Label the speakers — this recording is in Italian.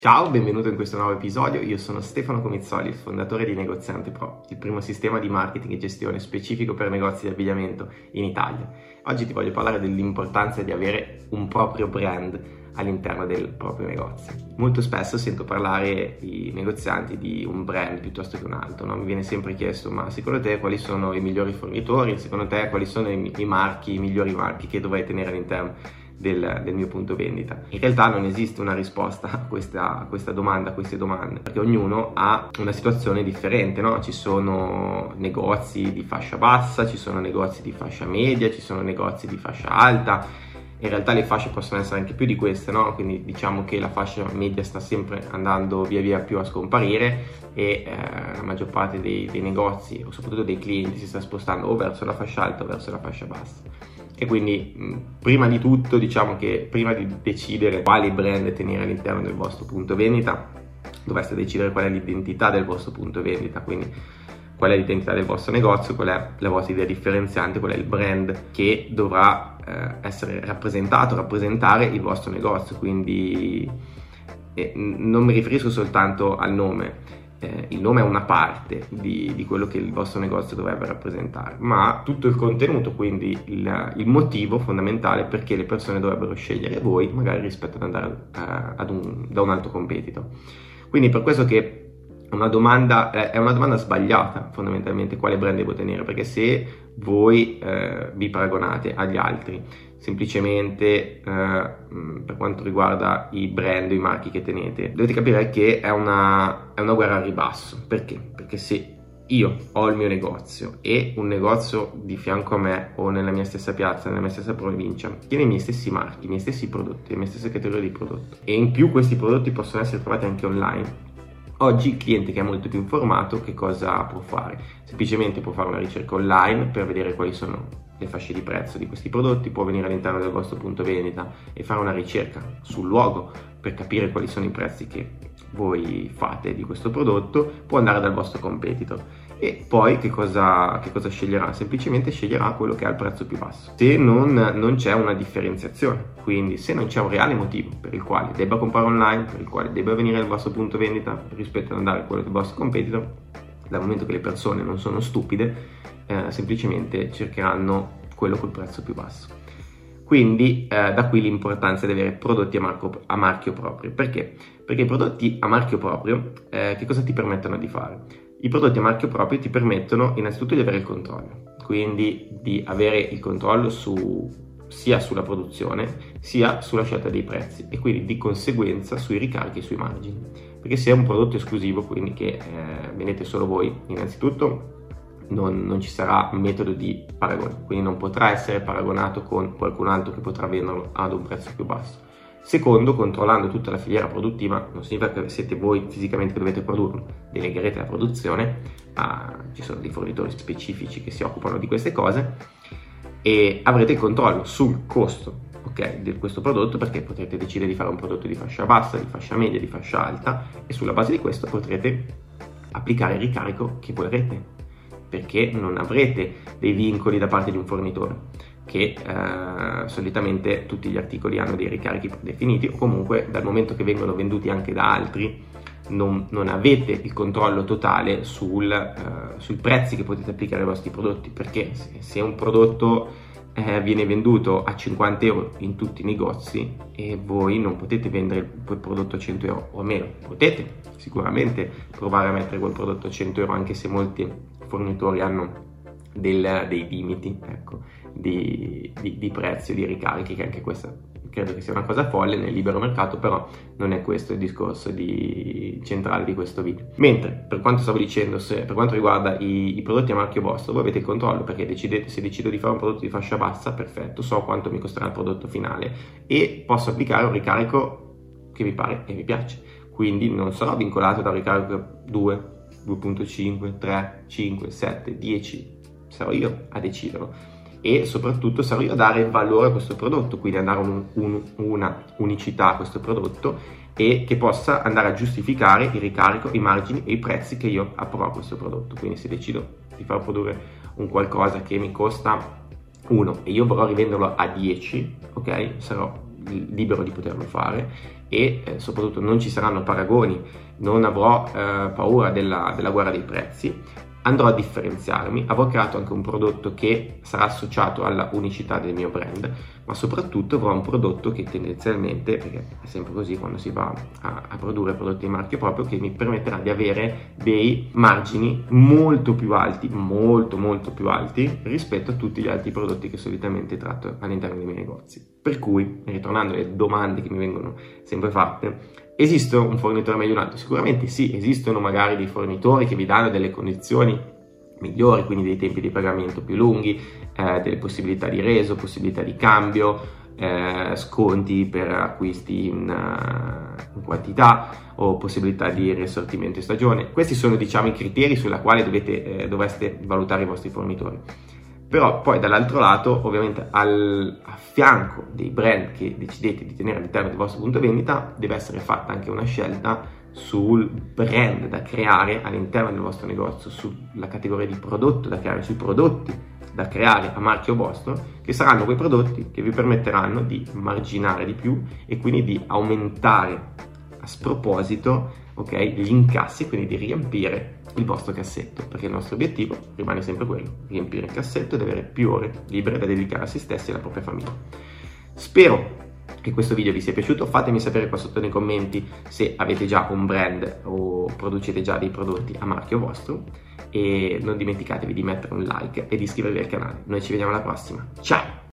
Speaker 1: Ciao, benvenuto in questo nuovo episodio. Io sono Stefano Comizzoli, il fondatore di Negoziante Pro, il primo sistema di marketing e gestione specifico per negozi di abbigliamento in Italia. Oggi ti voglio parlare dell'importanza di avere un proprio brand all'interno del proprio negozio. Molto spesso sento parlare i negozianti di un brand piuttosto che un altro, no? Mi viene sempre chiesto: ma secondo te quali sono i migliori fornitori? Secondo te quali sono i migliori marchi che dovrei tenere all'interno del mio punto vendita? In realtà non esiste una risposta a queste domande, perché ognuno ha una situazione differente, no? Ci sono negozi di fascia bassa, ci sono negozi di fascia media, ci sono negozi di fascia alta. In realtà le fasce possono essere anche più di queste, no? Quindi diciamo che la fascia media sta sempre andando via via più a scomparire e la maggior parte dei negozi, o soprattutto dei clienti, si sta spostando o verso la fascia alta o verso la fascia bassa. E quindi prima di tutto, diciamo che prima di decidere quali brand tenere all'interno del vostro punto vendita, dovreste decidere qual è l'identità del vostro punto vendita, quindi qual è l'identità del vostro negozio, qual è la vostra idea differenziante, qual è il brand che dovrà essere rappresentare il vostro negozio. Quindi non mi riferisco soltanto al nome. Il nome è una parte di quello che il vostro negozio dovrebbe rappresentare, ma tutto il contenuto, quindi il motivo fondamentale perché le persone dovrebbero scegliere voi magari rispetto ad andare da un altro competitor. Quindi per questo che è una domanda sbagliata fondamentalmente quale brand devo tenere, perché se voi vi paragonate agli altri semplicemente per quanto riguarda i brand o i marchi che tenete, dovete capire che è una guerra a ribasso. Perché? Perché se io ho il mio negozio e un negozio di fianco a me o nella mia stessa piazza, nella mia stessa provincia, tiene i miei stessi marchi, i miei stessi prodotti, le mie stesse categorie di prodotto, e in più questi prodotti possono essere trovati anche online, oggi il cliente che è molto più informato che cosa può fare? Semplicemente può fare una ricerca online per vedere quali sono le fasce di prezzo di questi prodotti, può venire all'interno del vostro punto vendita e fare una ricerca sul luogo per capire quali sono i prezzi che voi fate di questo prodotto, può andare dal vostro competitor e poi che cosa sceglierà? Semplicemente sceglierà quello che ha il prezzo più basso. Se non c'è una differenziazione, quindi se non c'è un reale motivo per il quale debba comprare online, per il quale debba venire al vostro punto vendita rispetto ad andare a quello del vostro competitor, dal momento che le persone non sono stupide, semplicemente cercheranno quello col prezzo più basso. Quindi da qui l'importanza di avere prodotti a marchio proprio. Perché? Perché i prodotti a marchio proprio che cosa ti permettono di fare? I prodotti a marchio proprio ti permettono innanzitutto di avere il controllo, quindi di avere il controllo sia sulla produzione sia sulla scelta dei prezzi e quindi di conseguenza sui ricarichi e sui margini. Perché se è un prodotto esclusivo, quindi che vendete solo voi, innanzitutto non ci sarà metodo di paragone, quindi non potrà essere paragonato con qualcun altro che potrà venderlo ad un prezzo più basso. Secondo, controllando tutta la filiera produttiva, non significa che siete voi fisicamente che dovete produrlo, delegherete la produzione, ci sono dei fornitori specifici che si occupano di queste cose e avrete il controllo sul costo, ok, di questo prodotto, perché potrete decidere di fare un prodotto di fascia bassa, di fascia media, di fascia alta e sulla base di questo potrete applicare il ricarico che vorrete, perché non avrete dei vincoli da parte di un fornitore, che solitamente tutti gli articoli hanno dei ricarichi definiti, o comunque dal momento che vengono venduti anche da altri non avete il controllo totale sui prezzi che potete applicare ai vostri prodotti, perché se un prodotto viene venduto a 50 euro in tutti i negozi e voi non potete vendere quel prodotto a 100 euro o meno. Potete sicuramente provare a mettere quel prodotto a 100 euro, anche se molti fornitori hanno dei limiti, ecco, di prezzi o di ricarichi, che anche questa credo che sia una cosa folle nel libero mercato, però non è questo il discorso centrale di questo video. Mentre per quanto stavo dicendo, per quanto riguarda i prodotti a marchio vostro, voi avete il controllo, perché decidete: se decido di fare un prodotto di fascia bassa, perfetto, so quanto mi costerà il prodotto finale e posso applicare un ricarico che mi pare e mi piace, quindi non sarò vincolato da un ricarico 2, 2.5, 3, 5, 7, 10, sarò io a deciderlo. E soprattutto sarò io a dare valore a questo prodotto, quindi a dare una unicità a questo prodotto e che possa andare a giustificare il ricarico, i margini e i prezzi che io approvo a questo prodotto. Quindi se decido di far produrre un qualcosa che mi costa 1 e io vorrò rivenderlo a 10, ok, sarò libero di poterlo fare e soprattutto non ci saranno paragoni, non avrò paura della guerra dei prezzi. Andrò a differenziarmi, avrò creato anche un prodotto che sarà associato alla unicità del mio brand, ma soprattutto avrò un prodotto che tendenzialmente, perché è sempre così quando si va a produrre prodotti di marchio proprio, che mi permetterà di avere dei margini molto più alti, molto più alti rispetto a tutti gli altri prodotti che solitamente tratto all'interno dei miei negozi. Per cui, ritornando alle domande che mi vengono sempre fatte, esiste un fornitore meglio di un altro? Sicuramente sì, esistono magari dei fornitori che vi danno delle condizioni migliori, quindi dei tempi di pagamento più lunghi, delle possibilità di reso, possibilità di cambio, sconti per acquisti in quantità o possibilità di riassortimento in stagione. Questi sono, diciamo, i criteri sulla quale dovreste valutare i vostri fornitori. Però poi dall'altro lato, ovviamente a fianco dei brand che decidete di tenere all'interno del vostro punto vendita, deve essere fatta anche una scelta sul brand da creare all'interno del vostro negozio, sulla categoria di prodotto da creare, sui prodotti da creare a marchio vostro, che saranno quei prodotti che vi permetteranno di marginare di più e quindi di aumentare a sproposito, ok, gli incassi, quindi di riempire il vostro cassetto, perché il nostro obiettivo rimane sempre quello: riempire il cassetto ed avere più ore libere da dedicare a se stessi e alla propria famiglia. Spero che questo video vi sia piaciuto, fatemi sapere qua sotto nei commenti se avete già un brand o producete già dei prodotti a marchio vostro, e non dimenticatevi di mettere un like e di iscrivervi al canale. Noi ci vediamo alla prossima, ciao!